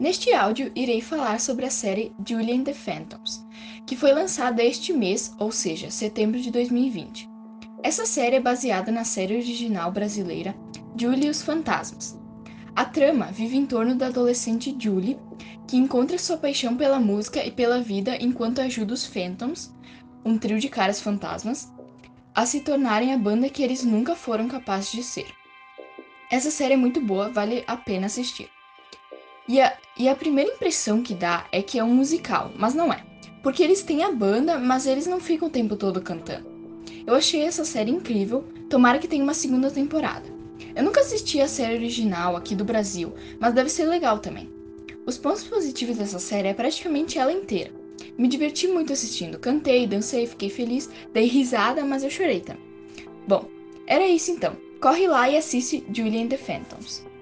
Neste áudio, irei falar sobre a série Julie and the Phantoms, que foi lançada este mês, ou seja, setembro de 2020. Essa série é baseada na série original brasileira Julie e os Fantasmas. A trama vive em torno da adolescente Julie, que encontra sua paixão pela música e pela vida enquanto ajuda os Phantoms, um trio de caras fantasmas, a se tornarem a banda que eles nunca foram capazes de ser. Essa série é muito boa, vale a pena assistir. E a primeira impressão que dá é que é um musical, mas não é. Porque eles têm a banda, mas eles não ficam o tempo todo cantando. Eu achei essa série incrível, tomara que tenha uma segunda temporada. Eu nunca assisti a série original aqui do Brasil, mas deve ser legal também. Os pontos positivos dessa série é praticamente ela inteira. Me diverti muito assistindo, cantei, dancei, fiquei feliz, dei risada, mas eu chorei também. Bom, era isso então. Corre lá e assiste Julie and the Phantoms.